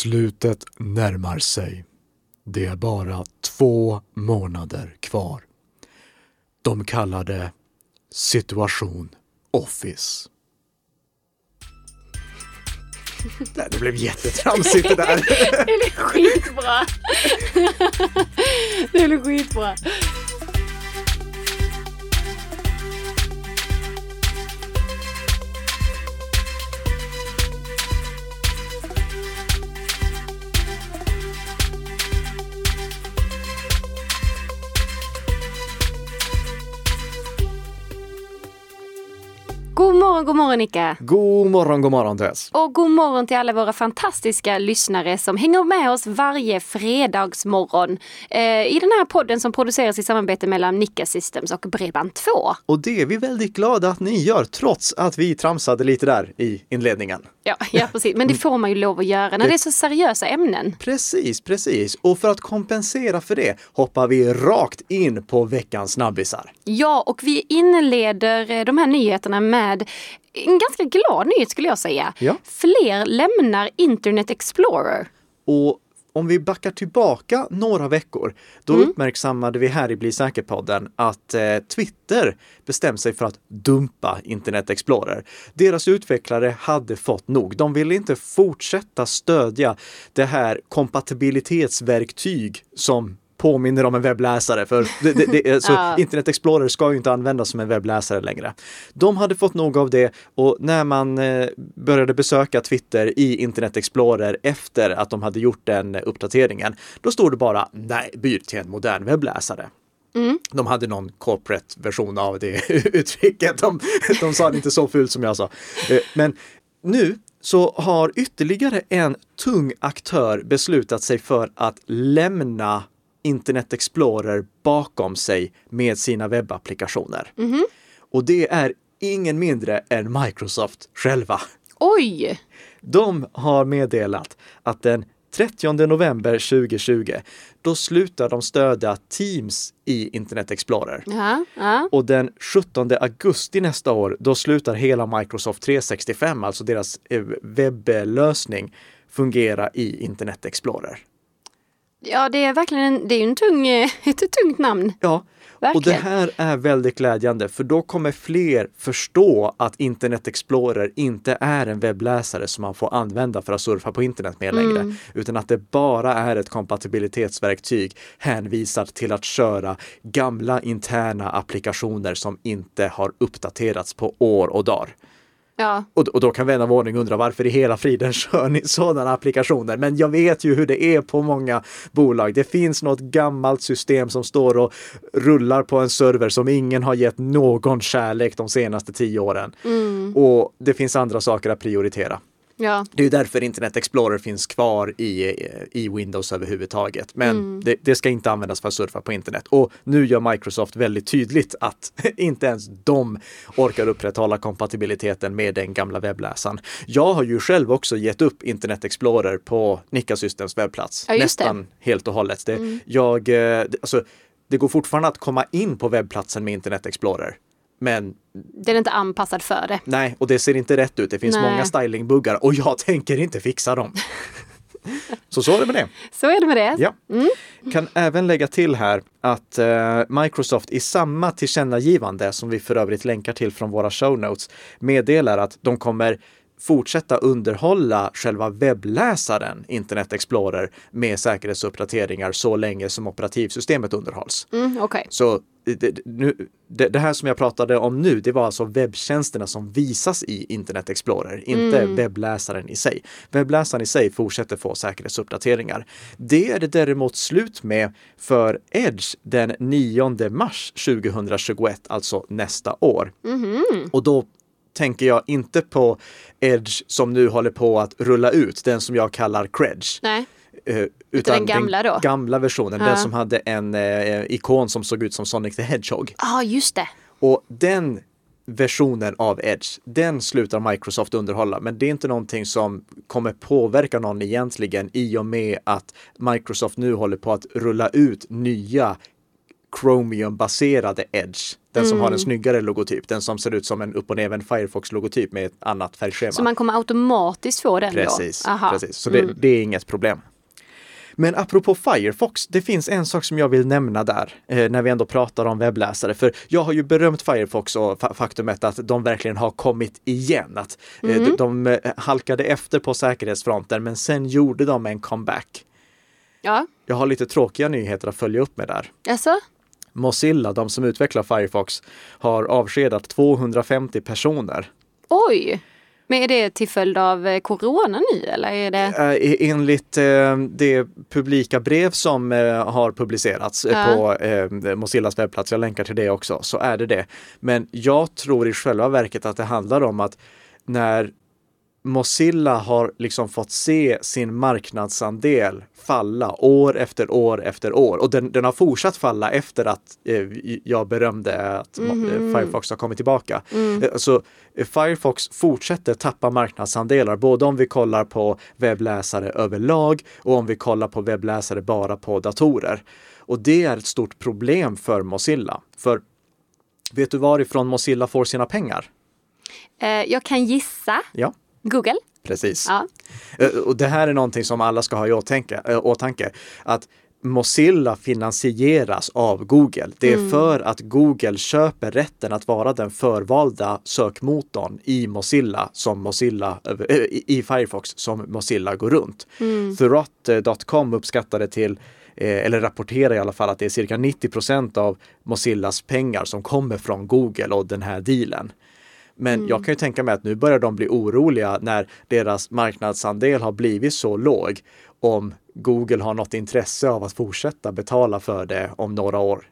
Slutet närmar sig. Det är bara 2 månader kvar. De kallar det Situation Office. Det blev jättetramsigt det där. Det blev skitbra. Det blev skitbra. God morgon Nicka. God morgon Tess. Och god morgon till alla våra fantastiska lyssnare som hänger med oss varje fredagsmorgon i den här podden som produceras i samarbete mellan Nicka Systems och Bredband2. Och det är vi väldigt glada att ni gör, trots att vi tramsade lite där i inledningen. Ja, precis. Men det får man ju lov att göra när det är så seriösa ämnen. Precis. Och för att kompensera för det hoppar vi rakt in på veckans snabbisar. Ja, och vi inleder de här nyheterna med en ganska glad nyhet skulle jag säga. Ja. Fler lämnar Internet Explorer. Och om vi backar tillbaka några veckor, då uppmärksammade vi här i Bli säker-podden att Twitter bestämde sig för att dumpa Internet Explorer. Deras utvecklare hade fått nog. De ville inte fortsätta stödja det här kompatibilitetsverktyg som påminner om en webbläsare, för Internet Explorer ska ju inte användas som en webbläsare längre. De hade fått nog av det, och när man började besöka Twitter i Internet Explorer efter att de hade gjort den uppdateringen, då stod det bara nej, byt till en modern webbläsare. De hade någon corporate version av det uttrycket. De sa det inte så fult som jag sa. Men nu så har ytterligare en tung aktör beslutat sig för att lämna Internet Explorer bakom sig med sina webbapplikationer. Och det är ingen mindre än Microsoft själva. Oj! De har meddelat att den 30 november 2020 då slutar de stödja Teams i Internet Explorer. Ja. Och den 17 augusti nästa år då slutar hela Microsoft 365, alltså deras webblösning, fungera i Internet Explorer. Ja, det är verkligen ett tungt namn. Ja, verkligen. Och det här är väldigt glädjande, för då kommer fler förstå att Internet Explorer inte är en webbläsare som man får använda för att surfa på internet med längre, utan att det bara är ett kompatibilitetsverktyg hänvisat till att köra gamla interna applikationer som inte har uppdaterats på år och dagar. Ja. Och då kan vän av ordning undra varför i hela friden kör ni sådana applikationer. Men jag vet ju hur det är på många bolag. Det finns något gammalt system som står och rullar på en server som ingen har gett någon kärlek de senaste 10 åren. Och det finns andra saker att prioritera. Ja. Det är ju därför Internet Explorer finns kvar i Windows överhuvudtaget. Men det ska inte användas för att surfa på internet. Och nu gör Microsoft väldigt tydligt att inte ens de orkar upprätthålla kompatibiliteten med den gamla webbläsaren. Jag har ju själv också gett upp Internet Explorer på Nicka Systems webbplats. Ja, nästan helt och hållet. Det går fortfarande att komma in på webbplatsen med Internet Explorer. Men den är inte anpassad för det. Nej, och det ser inte rätt ut. Det finns många stylingbuggar och jag tänker inte fixa dem. Så är det med det. Så är det med det. Ja. Kan även lägga till här att Microsoft i samma tillkännagivande som vi för övrigt länkar till från våra show notes meddelar att de kommer fortsätta underhålla själva webbläsaren Internet Explorer med säkerhetsuppdateringar så länge som operativsystemet underhålls. Okay. Så det här som jag pratade om nu, det var alltså webbtjänsterna som visas i Internet Explorer, inte webbläsaren i sig. Webbläsaren i sig fortsätter få säkerhetsuppdateringar. Det är det däremot slut med för Edge den 9 mars 2021, alltså nästa år. Och då tänker jag inte på Edge som nu håller på att rulla ut, den som jag kallar Credge. Nej. Utan den gamla då? Gamla versionen, den som hade en ikon som såg ut som Sonic the Hedgehog. Ja, just det. Och den versionen av Edge, den slutar Microsoft underhålla, men det är inte någonting som kommer påverka någon egentligen i och med att Microsoft nu håller på att rulla ut nya Chromium-baserade Edge. Den som har en snyggare logotyp. Den som ser ut som en upp- och nervänd Firefox-logotyp med ett annat färgschema. Så man kommer automatiskt få den precis, då? Precis, så det är inget problem. Men apropå Firefox, det finns en sak som jag vill nämna där när vi ändå pratar om webbläsare. För jag har ju berömt Firefox och faktumet att de verkligen har kommit igen. Att de halkade efter på säkerhetsfronten men sen gjorde de en comeback. Ja. Jag har lite tråkiga nyheter att följa upp med där. Alltså? Mozilla, de som utvecklar Firefox, har avskedat 250 personer. Oj! Men är det till följd av corona nu eller är det? Enligt det publika brev som har publicerats på Mozillas webbplats, jag länkar till det också, så är det. Men jag tror i själva verket att det handlar om att när Mozilla har liksom fått se sin marknadsandel falla år efter år efter år. Och den har fortsatt falla efter att jag berömde att Firefox har kommit tillbaka. Så Firefox fortsätter tappa marknadsandelar, både om vi kollar på webbläsare överlag och om vi kollar på webbläsare bara på datorer. Och det är ett stort problem för Mozilla. För vet du varifrån Mozilla får sina pengar? Jag kan gissa. Ja. Google. Precis. Ja. Och det här är någonting som alla ska ha i åtanke. Att Mozilla finansieras av Google. Det är för att Google köper rätten att vara den förvalda sökmotorn i Mozilla som Mozilla i Firefox som Mozilla går runt. Thurrott.com uppskattade till eller rapporterar i alla fall att det är cirka 90% av Mozillas pengar som kommer från Google och den här dealen. Men jag kan ju tänka mig att nu börjar de bli oroliga när deras marknadsandel har blivit så låg, om Google har något intresse av att fortsätta betala för det om några år.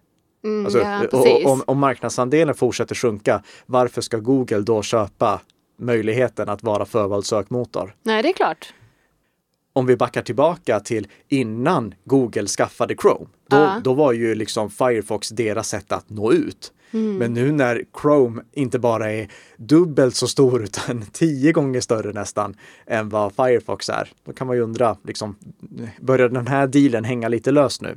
Om marknadsandelen fortsätter sjunka, varför ska Google då köpa möjligheten att vara förvald sökmotor? Nej, det är klart. Om vi backar tillbaka till innan Google skaffade Chrome, då var ju liksom Firefox deras sätt att nå ut. Men nu när Chrome inte bara är dubbelt så stor utan 10 gånger större nästan än vad Firefox är, då kan man ju undra, liksom, börjar den här dealen hänga lite lös nu?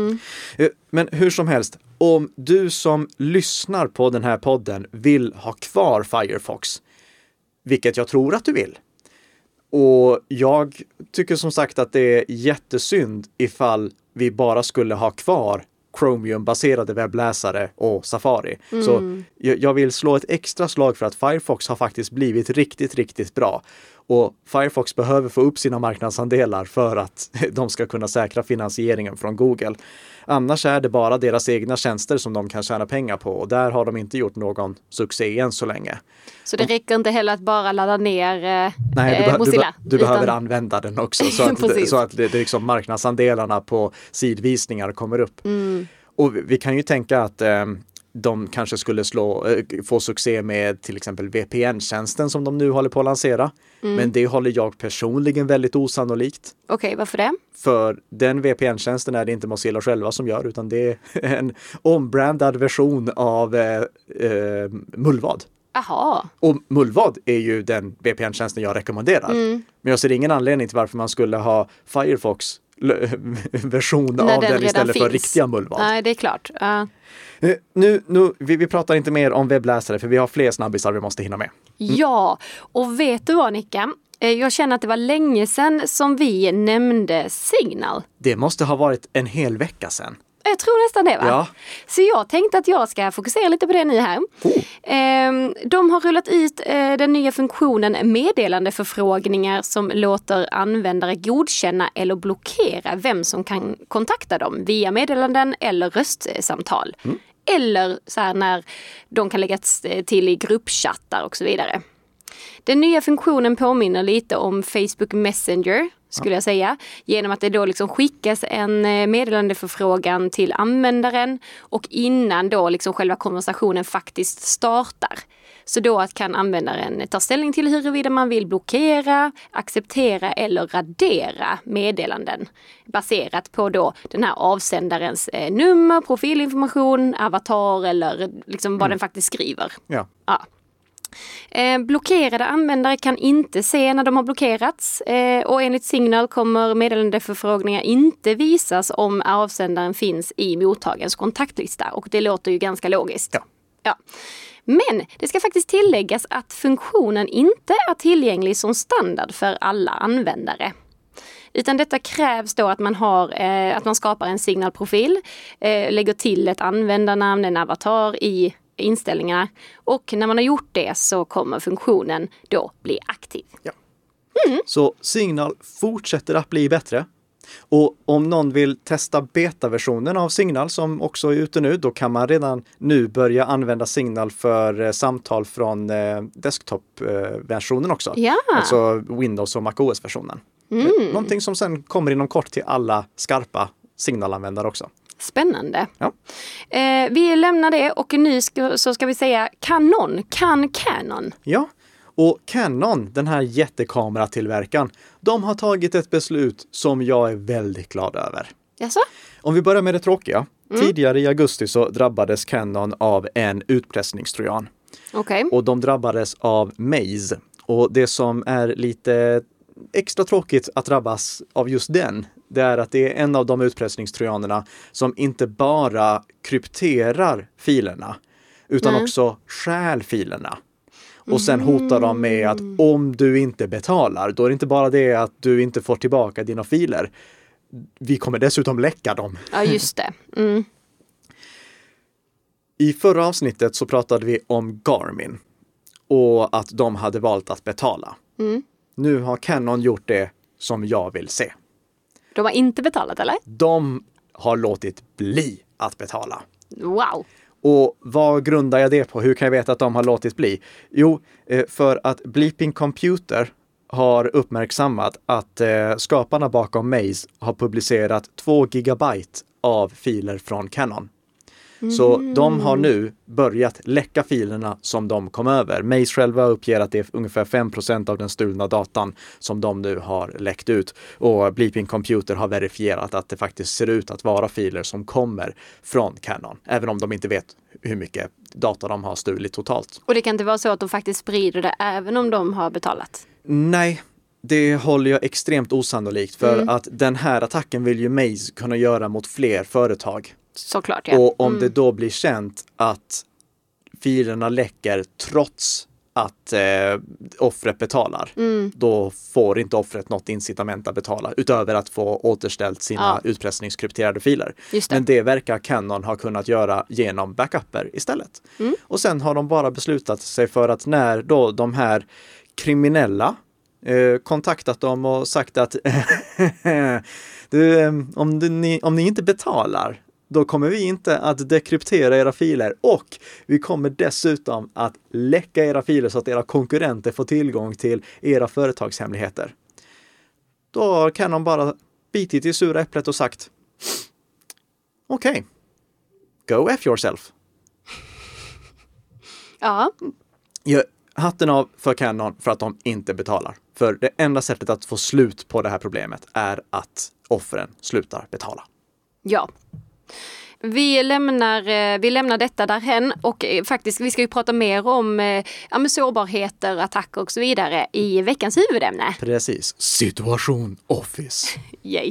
Men hur som helst, om du som lyssnar på den här podden vill ha kvar Firefox, vilket jag tror att du vill, och jag tycker som sagt att det är jättesynd ifall vi bara skulle ha kvar Chromium-baserade webbläsare och Safari. Så jag vill slå ett extra slag för att Firefox har faktiskt blivit riktigt, riktigt bra. Och Firefox behöver få upp sina marknadsandelar för att de ska kunna säkra finansieringen från Google. Annars är det bara deras egna tjänster som de kan tjäna pengar på, och där har de inte gjort någon succé än så länge. Så det räcker inte heller att bara ladda ner Mozilla? Du behöver använda den också så att det liksom marknadsandelarna på sidvisningar kommer upp. Och vi kan ju tänka att de kanske skulle få succé med till exempel VPN-tjänsten som de nu håller på att lansera. Men det håller jag personligen väldigt osannolikt. Okej, varför det? För den VPN-tjänsten är det inte Mozilla själva som gör, utan det är en ombrandad version av Mullvad. Aha. Och Mullvad är ju den VPN-tjänsten jag rekommenderar. Men jag ser ingen anledning till varför man skulle ha Firefox version av den istället för riktiga Mullvad. Nej, det är klart. Vi pratar inte mer om webbläsare, för vi har fler snabbisar vi måste hinna med. Ja, och vet du vad, Nicka? Jag känner att det var länge sedan som vi nämnde Signal. Det måste ha varit en hel vecka sedan. Jag tror nästan det, va? Ja. Så jag tänkte att jag ska fokusera lite på det nu här. De har rullat ut den nya funktionen meddelandeförfrågningar som låter användare godkänna eller blockera vem som kan kontakta dem via meddelanden eller röstsamtal. Eller så här när de kan läggas till i gruppchattar och så vidare. Den nya funktionen påminner lite om Facebook Messenger, skulle jag säga, genom att det då liksom skickas en meddelandeförfrågan till användaren och innan då liksom själva konversationen faktiskt startar. Så då kan användaren ta ställning till huruvida man vill blockera, acceptera eller radera meddelanden baserat på då den här avsändarens nummer, profilinformation, avatar eller liksom vad den faktiskt skriver. Ja. Blockerade användare kan inte se när de har blockerats och enligt Signal kommer meddelandeförfrågningar inte visas om avsändaren finns i mottagarens kontaktlista, och det låter ju ganska logiskt. Ja. Men det ska faktiskt tilläggas att funktionen inte är tillgänglig som standard för alla användare. Utan detta krävs då att man skapar en Signal-profil, lägger till ett användarnamn, en avatar i inställningarna, och när man har gjort det så kommer funktionen då bli aktiv. Ja. Så Signal fortsätter att bli bättre. Och om någon vill testa betaversionen av Signal som också är ute nu, då kan man redan nu börja använda Signal för samtal från desktop-versionen också. Ja. Alltså Windows och MacOS-versionen. Någonting som sen kommer inom kort till alla skarpa Signal-användare också. Spännande. Ja. Vi lämnar det och nu ska vi säga Canon. Canon. Ja, och Canon, den här jättekameratillverkaren, de har tagit ett beslut som jag är väldigt glad över. Jaså? Om vi börjar med det tråkiga. Tidigare i augusti så drabbades Canon av en utpressningstrojan. Okej. Och de drabbades av Maze. Och det som är lite extra tråkigt att drabbas av just den, det är att det är en av de utpressningstrojanerna som inte bara krypterar filerna utan också stjäl filerna. Och sen hotar de med att om du inte betalar, då är det inte bara det att du inte får tillbaka dina filer. Vi kommer dessutom läcka dem. Ja, just det. I förra avsnittet så pratade vi om Garmin och att de hade valt att betala. Nu har Canon gjort det som jag vill se. De har inte betalat, eller? De har låtit bli att betala. Wow! Och vad grundar jag det på? Hur kan jag veta att de har låtit bli? Jo, för att Bleeping Computer har uppmärksammat att skaparna bakom Maze har publicerat 2 gigabyte av filer från Canon. Så de har nu börjat läcka filerna som de kom över. Maze själva uppger att det är ungefär 5% av den stulna datan som de nu har läckt ut. Och Bleeping Computer har verifierat att det faktiskt ser ut att vara filer som kommer från Canon. Även om de inte vet hur mycket data de har stulit totalt. Och det kan inte vara så att de faktiskt sprider det även om de har betalat? Nej, det håller jag extremt osannolikt. För att den här attacken vill ju Maze kunna göra mot fler företag. Såklart, ja. Och om det då blir känt att filerna läcker trots att offret betalar, då får inte offret något incitament att betala utöver att få återställt sina utpressningskrypterade filer. Men det verkar Canon ha kunnat göra genom backuper istället. Och sen har de bara beslutat sig för att när då de här kriminella kontaktat dem och sagt att om ni inte betalar, då kommer vi inte att dekryptera era filer och vi kommer dessutom att läcka era filer så att era konkurrenter får tillgång till era företagshemligheter. Då kan de bara bitit i sura äpplet och sagt okej, go F yourself. Ja. Hatten av för Canon för att de inte betalar. För det enda sättet att få slut på det här problemet är att offren slutar betala. Ja. Vi lämnar detta därhen och faktiskt vi ska ju prata mer om sårbarheter, attacker och så vidare i veckans huvudämne. Precis. Situation Office. Yay.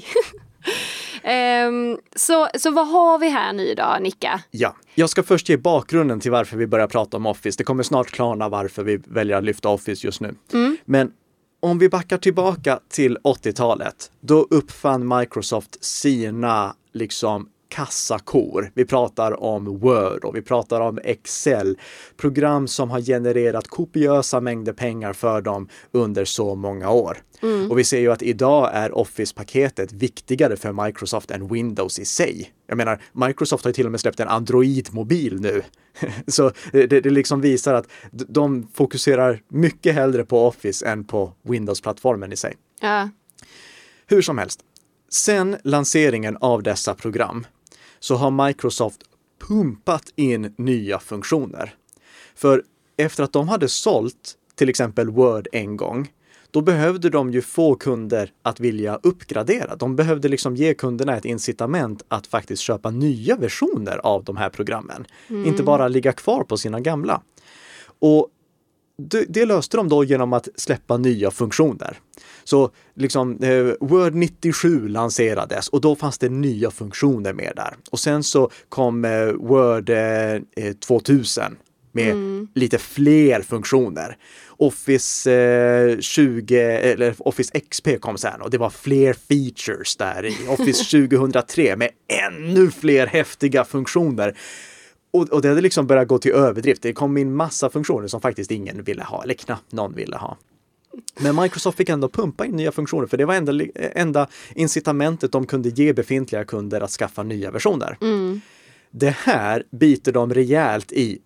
Så vad har vi här nu då, Nicka? Ja, jag ska först ge bakgrunden till varför vi börjar prata om Office. Det kommer snart klarna varför vi väljer att lyfta Office just nu. Men om vi backar tillbaka till 80-talet, då uppfann Microsoft sina kassakor. Vi pratar om Word och vi pratar om Excel. Program som har genererat kopiösa mängder pengar för dem under så många år. Och vi ser ju att idag är Office-paketet viktigare för Microsoft än Windows i sig. Jag menar, Microsoft har ju till och med släppt en Android-mobil nu. Så det visar att de fokuserar mycket hellre på Office än på Windows-plattformen i sig. Ja. Hur som helst. Sen lanseringen av dessa program så har Microsoft pumpat in nya funktioner. För efter att de hade sålt till exempel Word en gång, då behövde de ju få kunder att vilja uppgradera. De behövde ge kunderna ett incitament att faktiskt köpa nya versioner av de här programmen. Inte bara ligga kvar på sina gamla. Och det löste de då genom att släppa nya funktioner. Så liksom Word 97 lanserades och då fanns det nya funktioner med där. Och sen så kom Word 2000 med lite fler funktioner. Office 20 eller Office XP kom sen och det var fler features där i Office 2003 med ännu fler häftiga funktioner. Och det hade liksom börjat gå till överdrift. Det kom in massa funktioner som faktiskt ingen ville ha, eller knappt någon ville ha. Men Microsoft fick ändå pumpa in nya funktioner, för det var enda incitamentet de kunde ge befintliga kunder att skaffa nya versioner. Det här biter de rejält i.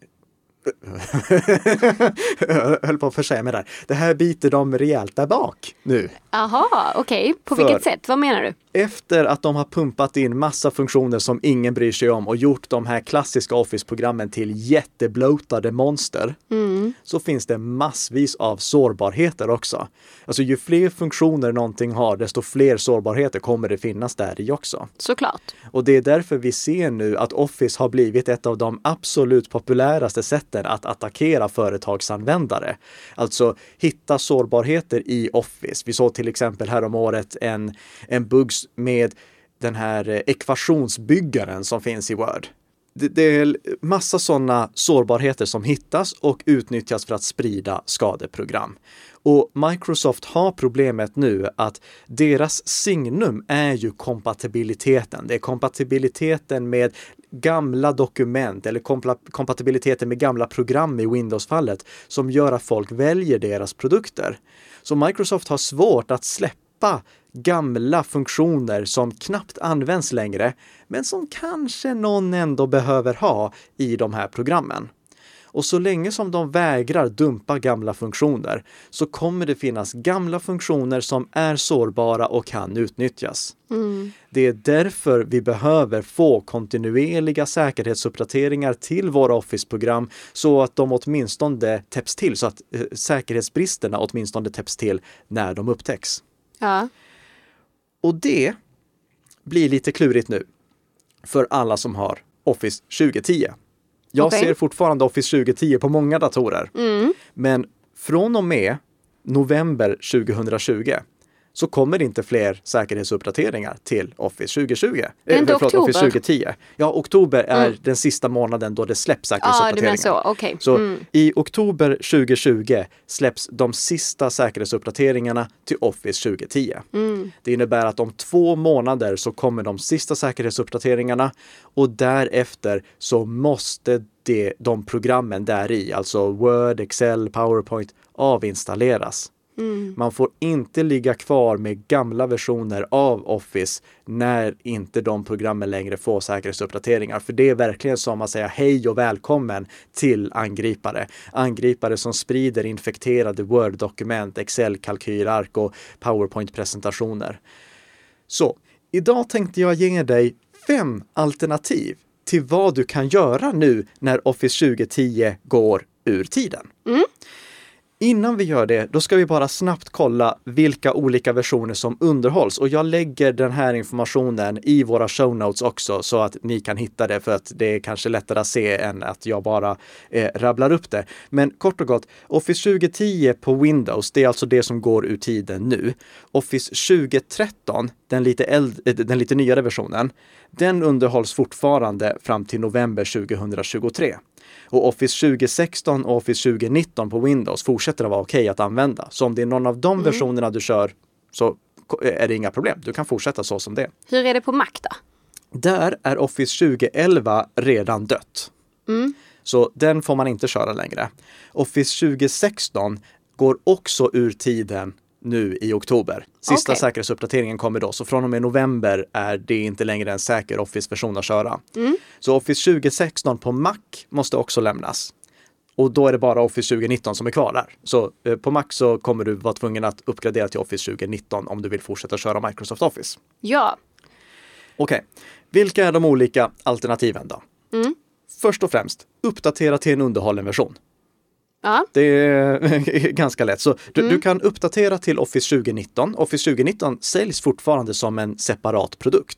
Jag höll på att försäga mig där. Det här biter de rejält där bak nu. Aha, okej. På vilket sätt? Vad menar du? Efter att de har pumpat in massa funktioner som ingen bryr sig om och gjort de här klassiska Office-programmen till jättebloatade monster, så finns det massvis av sårbarheter också. Alltså ju fler funktioner någonting har, desto fler sårbarheter kommer det finnas där i också. Såklart. Och det är därför vi ser nu att Office har blivit ett av de absolut populäraste sätten att attackera företagsanvändare. Alltså hitta sårbarheter i Office. Vi såg till exempel häromåret en bugg med den här ekvationsbyggaren som finns i Word. Det är massa sådana sårbarheter som hittas och utnyttjas för att sprida skadeprogram. Och Microsoft har problemet nu att deras signum är ju kompatibiliteten. Det är kompatibiliteten med gamla dokument eller kompatibiliteten med gamla program i Windows-fallet som gör att folk väljer deras produkter. Så Microsoft har svårt att släppa gamla funktioner som knappt används längre, men som kanske någon ändå behöver ha i de här programmen. Och så länge som de vägrar dumpa gamla funktioner så kommer det finnas gamla funktioner som är sårbara och kan utnyttjas. Det är därför vi behöver få kontinuerliga säkerhetsuppdateringar till våra Office-program så att de åtminstone täpps till, så att säkerhetsbristerna åtminstone täpps till när de upptäcks. Ja. Och det blir lite klurigt nu för alla som har Office 2010. Jag ser fortfarande Office 2010 på många datorer. Men från och med november 2020 så kommer det inte fler säkerhetsuppdateringar till Office 2020. Office 2010. Ja, oktober är den sista månaden då det släpps säkerhetsuppdateringar. Så i oktober 2020 släpps de sista säkerhetsuppdateringarna till Office 2010. Det innebär att om 2 månader så kommer de sista säkerhetsuppdateringarna och därefter så måste de programmen där i, alltså Word, Excel, PowerPoint, avinstalleras. Man får inte ligga kvar med gamla versioner av Office när inte de programmen längre får säkerhetsuppdateringar. För det är verkligen som att säga hej och välkommen till angripare. Angripare som sprider infekterade Word-dokument, Excel-kalkylark och PowerPoint-presentationer. Så, idag tänkte jag ge dig 5 alternativ till vad du kan göra nu när Office 2010 går ur tiden. Innan vi gör det, då ska vi bara snabbt kolla vilka olika versioner som underhålls. Och jag lägger den här informationen i våra show notes också så att ni kan hitta det, för att det är kanske lättare att se än att jag bara rabblar upp det. Men kort och gott, Office 2010 på Windows, det är alltså det som går ur tiden nu. Office 2013, den lite nyare versionen, den underhålls fortfarande fram till november 2023. Och Office 2016 och Office 2019 på Windows fortsätter att vara okej att använda. Så om det är någon av de versionerna du kör så är det inga problem. Du kan fortsätta så som det. Hur är det på Mac då? Där är Office 2011 redan dött. Så den får man inte köra längre. Office 2016 går också ur tiden nu i oktober. Sista säkerhetsuppdateringen kommer då. Så från och med november är det inte längre en säker Office-version att köra. Så Office 2016 på Mac måste också lämnas. Och då är det bara Office 2019 som är kvar där. Så på Mac så kommer du vara tvungen att uppgradera till Office 2019 om du vill fortsätta köra Microsoft Office. Ja. Okej. Vilka är de olika alternativen då? Först och främst, uppdatera till en underhållen version. Ja. Det är ganska lätt. Så du kan uppdatera till Office 2019. Office 2019 säljs fortfarande som en separat produkt.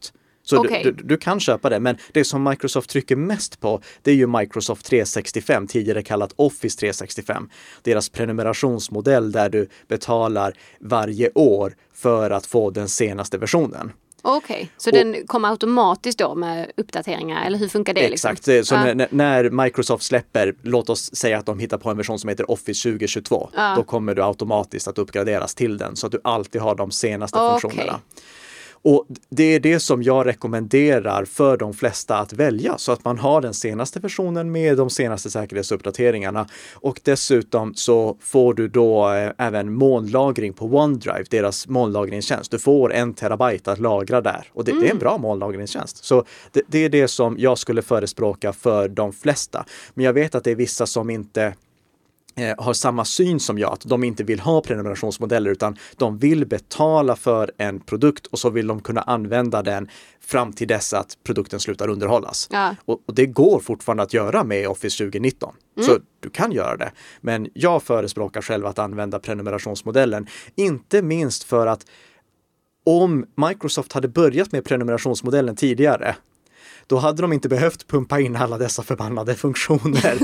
Så du kan köpa det, men det som Microsoft trycker mest på, det är ju Microsoft 365, tidigare kallat Office 365. Deras prenumerationsmodell där du betalar varje år för att få den senaste versionen. Okej, så den kommer automatiskt då med uppdateringar, eller hur funkar det? Exakt, så när Microsoft släpper, låt oss säga att de hittar på en version som heter Office 2022, då kommer du automatiskt att uppgraderas till den så att du alltid har de senaste funktionerna. Och det är det som jag rekommenderar för de flesta att välja, så att man har den senaste versionen med de senaste säkerhetsuppdateringarna. Och dessutom så får du då även molnlagring på OneDrive, deras molnlagringstjänst. Du får 1 terabyte att lagra där, och det är en bra molnlagringstjänst. Så det är det som jag skulle förespråka för de flesta. Men jag vet att det är vissa som inte har samma syn som jag, att de inte vill ha prenumerationsmodeller, utan de vill betala för en produkt och så vill de kunna använda den fram till dess att produkten slutar underhållas. Och det går fortfarande att göra med Office 2019. Så du kan göra det. Men jag förespråkar själv att använda prenumerationsmodellen. Inte minst för att om Microsoft hade börjat med prenumerationsmodellen tidigare, då hade de inte behövt pumpa in alla dessa förbannade funktioner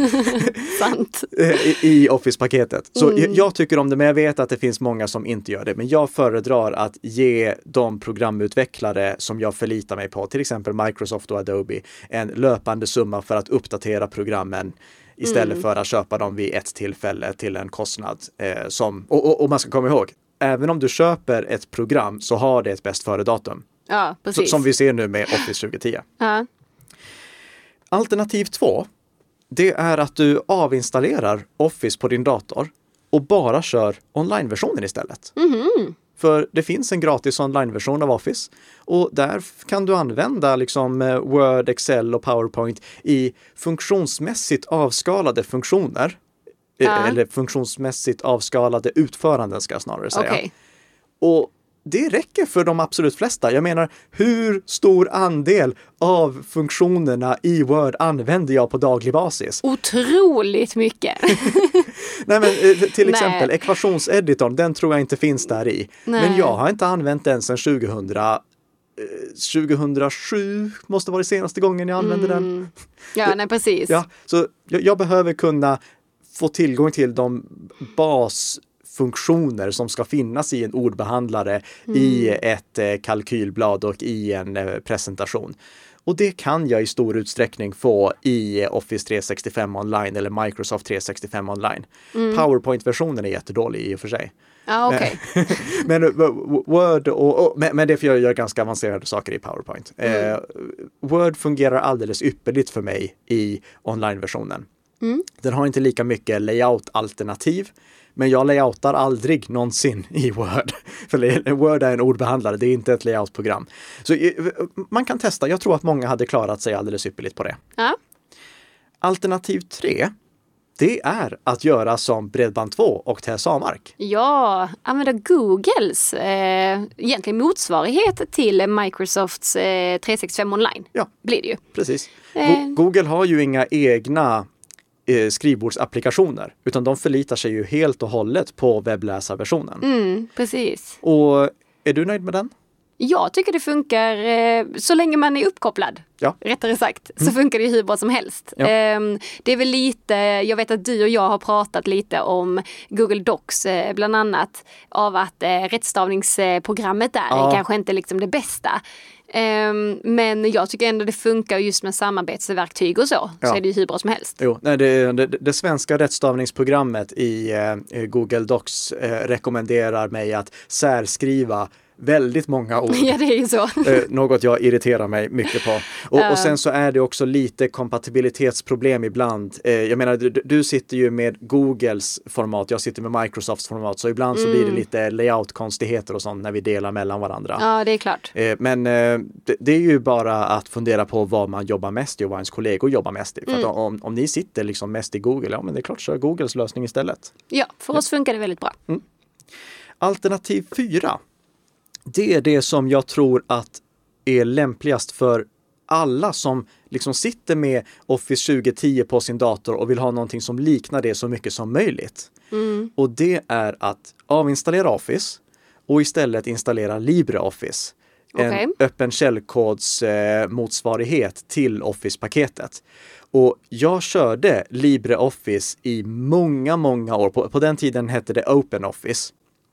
i Office-paketet. Så jag tycker om det, men jag vet att det finns många som inte gör det. Men jag föredrar att ge de programutvecklare som jag förlitar mig på, till exempel Microsoft och Adobe, en löpande summa för att uppdatera programmen istället för att köpa dem vid ett tillfälle till en kostnad. Och man ska komma ihåg, även om du köper ett program så har det ett bäst före-datum. Ja, precis. Som vi ser nu med Office 2010. Alternativ 2, det är att du avinstallerar Office på din dator och bara kör online-versionen istället. För det finns en gratis online-version av Office, och där kan du använda liksom Word, Excel och PowerPoint i funktionsmässigt avskalade funktioner. Eller funktionsmässigt avskalade utföranden, ska jag snarare säga. Och det räcker för de absolut flesta. Jag menar, hur stor andel av funktionerna i Word använder jag på daglig basis? Otroligt mycket. Nej, men till exempel ekvationseditorn, den tror jag inte finns där i. Men jag har inte använt den sedan 2007 måste vara det senaste gången jag använde den. Ja, nej, precis. Ja, så jag behöver kunna få tillgång till de basfunktioner som ska finnas i en ordbehandlare, i ett kalkylblad och i en presentation. Och det kan jag i stor utsträckning få i Office 365 online eller Microsoft 365 online. PowerPoint-versionen är jättedålig i och för sig. Men Word men det är för jag gör ganska avancerade saker i PowerPoint. Word fungerar alldeles ypperligt för mig i online-versionen. Den har inte lika mycket layout-alternativ, men jag layoutar aldrig någonsin i Word. För Word är en ordbehandlare, det är inte ett layout-program. Så man kan testa, jag tror att många hade klarat sig alldeles ypperligt på det. Alternativ 3, det är att göra som Bredband2 och Tess Amark. Ja, använda Googles egentligen motsvarighet till Microsofts 365 online. Ja, blir det ju. Precis. Google har ju inga egna skrivbordsapplikationer, utan de förlitar sig ju helt och hållet på webbläsarversionen. Precis. Och är du nöjd med den? Jag tycker det funkar så länge man är uppkopplad. Rättare sagt, så funkar det ju hur bra som helst. Det är väl lite, jag vet att du och jag har pratat lite om Google Docs bland annat, av att rättstavningsprogrammet där är kanske inte liksom det bästa. Men jag tycker ändå det funkar just med samarbetsverktyg och så är det ju hur bra som helst. Jo, nej, det svenska rättstavningsprogrammet i Google Docs rekommenderar mig att särskriva väldigt många ord. Ja, det är ju så. Något jag irriterar mig mycket på. Och sen så är det också lite kompatibilitetsproblem ibland. Jag menar, du sitter ju med Googles format, jag sitter med Microsofts format, så ibland så blir det lite layout-konstigheter och sånt när vi delar mellan varandra. Ja, det är klart. Men det är ju bara att fundera på vad man jobbar mest i och vad ens kollegor jobbar mest i. För att om ni sitter liksom mest i Google, ja men det är klart, kör Googles lösning istället. Ja, för oss funkar det väldigt bra. Alternativ 4. Det är det som jag tror att är lämpligast för alla som liksom sitter med Office 2010 på sin dator och vill ha någonting som liknar det så mycket som möjligt. Och det är att avinstallera Office och istället installera LibreOffice. En öppen källkods motsvarighet till Office-paketet. Och jag körde LibreOffice i många år. På den tiden hette det OpenOffice.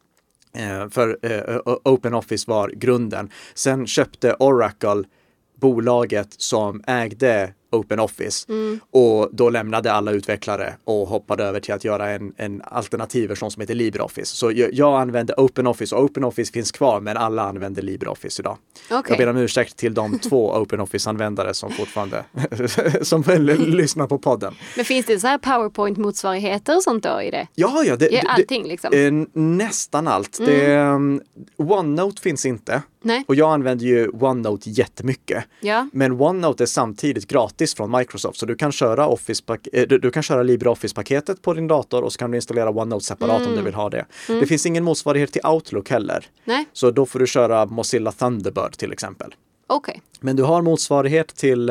För OpenOffice var grunden. Sen köpte Oracle bolaget som ägde OpenOffice och då lämnade alla utvecklare och hoppade över till att göra en alternativ version som heter LibreOffice. Så jag använde OpenOffice och OpenOffice finns kvar, men alla använder LibreOffice idag. Jag ber om ursäkt till de 2 OpenOffice-användare som fortfarande som lyssnar på podden. Men finns det så här PowerPoint-motsvarigheter och sånt då i det? Ja. Det är allting liksom? Nästan allt. OneNote finns inte. Nej. Och jag använder ju OneNote jättemycket. Ja. Men OneNote är samtidigt gratis från Microsoft. Så du kan köra LibreOffice-paketet på din dator och så kan du installera OneNote separat om du vill ha det. Det finns ingen motsvarighet till Outlook heller. Nej. Så då får du köra Mozilla Thunderbird till exempel. Okej. Men du har motsvarighet till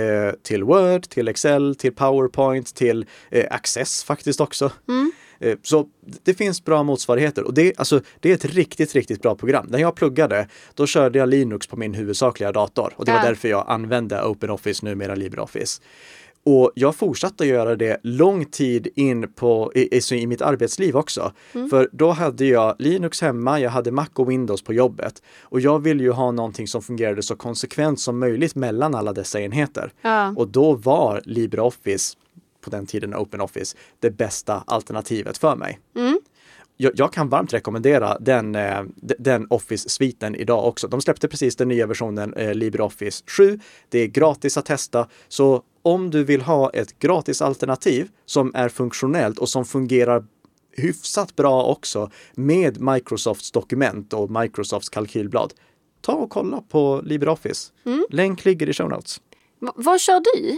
Word, till Excel, till PowerPoint, till Access faktiskt också. Så det finns bra motsvarigheter och det är ett riktigt bra program. När jag pluggade, då körde jag Linux på min huvudsakliga dator och det var därför jag använde OpenOffice, numera LibreOffice. Och jag fortsatte göra det lång tid in i mitt arbetsliv också. För då hade jag Linux hemma, jag hade Mac och Windows på jobbet. Och jag ville ju ha någonting som fungerade så konsekvent som möjligt mellan alla dessa enheter. Ja. Och då var LibreOffice, på den tiden OpenOffice, det bästa alternativet för mig. Jag kan varmt rekommendera den Office-sviten idag också. De släppte precis den nya versionen LibreOffice 7. Det är gratis att testa. Så om du vill ha ett gratis alternativ som är funktionellt och som fungerar hyfsat bra också med Microsofts dokument och Microsofts kalkylblad, ta och kolla på LibreOffice. Länk ligger i show notes. Vad kör du?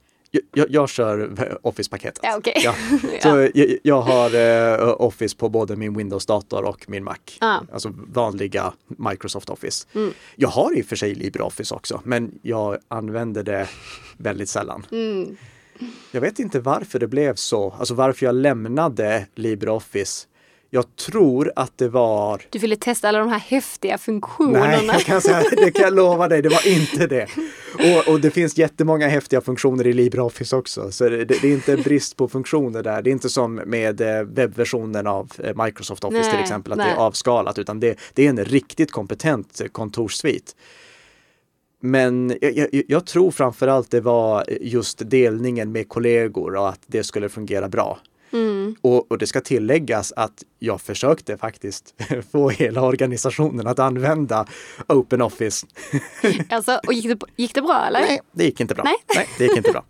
Jag kör Office-paketet. Ja, okay. Ja. Så jag har Office på både min Windows-dator och min Mac. Alltså vanliga Microsoft Office. Jag har i och för sig LibreOffice också, men jag använder det väldigt sällan. Jag vet inte varför det blev så. Alltså varför jag lämnade LibreOffice. Jag tror att det var... Du ville testa alla de här häftiga funktionerna. Nej, det kan jag lova dig. Det var inte det. Och det finns jättemånga häftiga funktioner i LibreOffice också. Så det är inte brist på funktioner där. Det är inte som med webbversionen av Microsoft Office till exempel. Att det är avskalat. Utan det är en riktigt kompetent kontorssvit. Men jag tror framförallt det var just delningen med kollegor och att det skulle fungera bra. Och det ska tilläggas att jag försökte faktiskt få hela organisationen att använda OpenOffice. Alltså, och gick det bra eller? Nej, det gick inte bra. Nej, det gick inte bra.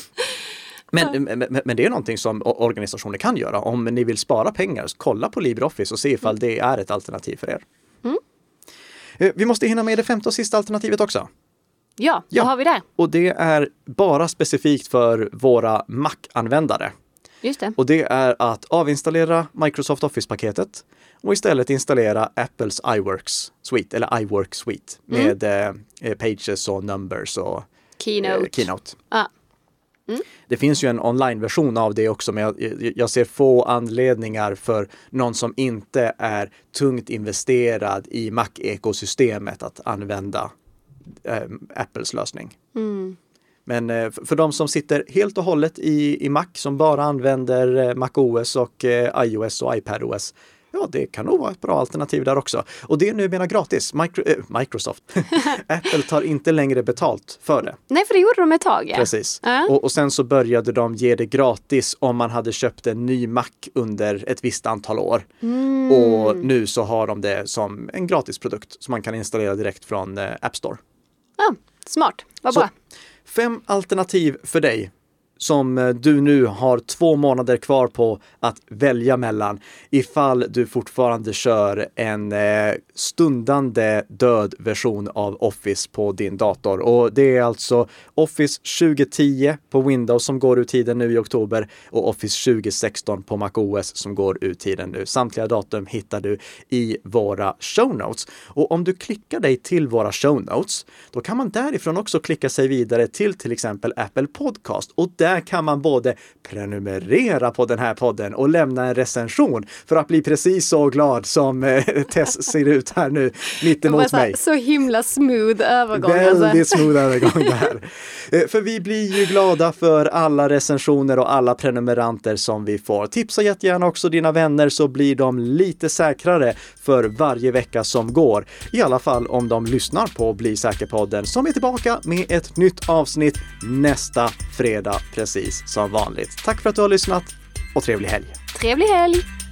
Men det är någonting som organisationer kan göra. Om ni vill spara pengar, så kolla på LibreOffice och se ifall det är ett alternativ för er. Vi måste hinna med det 5:e och sista alternativet också. Ja, vad har vi där? Och det är bara specifikt för våra Mac-användare. Just det. Och det är att avinstallera Microsoft Office-paketet och istället installera Apples iWorks Suite, eller iWork Suite med Pages och Numbers och Keynote. Det finns ju en online-version av det också, men jag ser få anledningar för någon som inte är tungt investerad i Mac-ekosystemet att använda Apples lösning. Men för de som sitter helt och hållet i Mac, som bara använder MacOS och iOS och iPadOS, ja, det kan nog vara ett bra alternativ där också. Och det är numera gratis. Microsoft. Apple tar inte längre betalt för det. Nej, för det gjorde de ett tag. Ja. Precis. Och sen så började de ge det gratis om man hade köpt en ny Mac under ett visst antal år. Och nu så har de det som en gratis produkt som man kan installera direkt från App Store. Ja, smart. Vad bra. 5 alternativ för dig som du nu har 2 månader kvar på att välja mellan ifall du fortfarande kör en stundande död version av Office på din dator. Och det är alltså Office 2010 på Windows som går ut tiden nu i oktober och Office 2016 på MacOS som går ut tiden nu. Samtliga datum hittar du i våra show notes. Och om du klickar dig till våra show notes, då kan man därifrån också klicka sig vidare till exempel Apple Podcast. Och där kan man både prenumerera på den här podden och lämna en recension för att bli precis så glad som Tess ser ut här nu mitt emot mig. Så himla smooth övergång. Väldigt smooth övergång där. För vi blir ju glada för alla recensioner och alla prenumeranter som vi får. Tipsa jättegärna också dina vänner så blir de lite säkrare för varje vecka som går. I alla fall om de lyssnar på Bli säker-podden som är tillbaka med ett nytt avsnitt nästa fredag precis som vanligt. Tack för att du har lyssnat och trevlig helg! Trevlig helg!